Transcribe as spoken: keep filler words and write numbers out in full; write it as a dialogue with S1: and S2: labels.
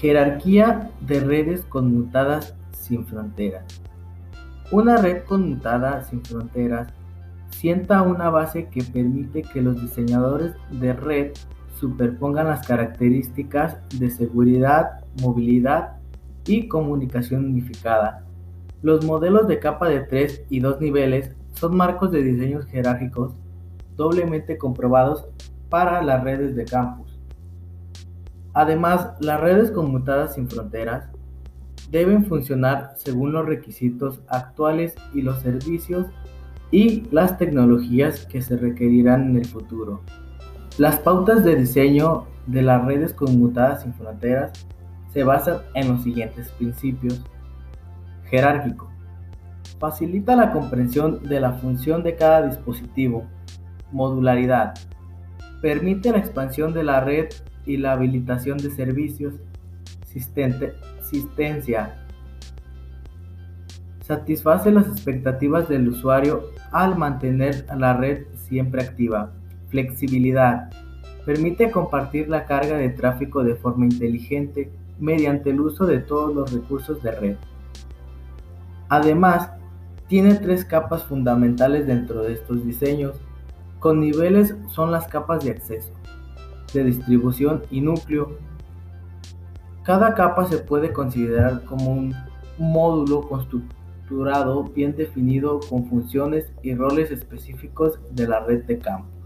S1: Jerarquía de redes conmutadas sin fronteras. Una red conmutada sin fronteras sienta una base que permite que los diseñadores de red superpongan las características de seguridad, movilidad y comunicación unificada. Los modelos de capa de tres y dos niveles son marcos de diseños jerárquicos doblemente comprobados para las redes de campus. Además, las redes conmutadas sin fronteras deben funcionar según los requisitos actuales y los servicios y las tecnologías que se requerirán en el futuro. Las pautas de diseño de las redes conmutadas sin fronteras se basan en los siguientes principios. Jerárquico. Facilita la comprensión de la función de cada dispositivo. Modularidad. Permite la expansión de la red y la habilitación de servicios. Sistencia. Satisface las expectativas del usuario al mantener la red siempre activa. Flexibilidad. Permite compartir la carga de tráfico de forma inteligente mediante el uso de todos los recursos de red. Además, tiene tres capas fundamentales dentro de estos diseños. Con niveles son las capas de acceso, de distribución y núcleo. Cada capa se puede considerar como un módulo estructurado bien definido con funciones y roles específicos de la red de campo.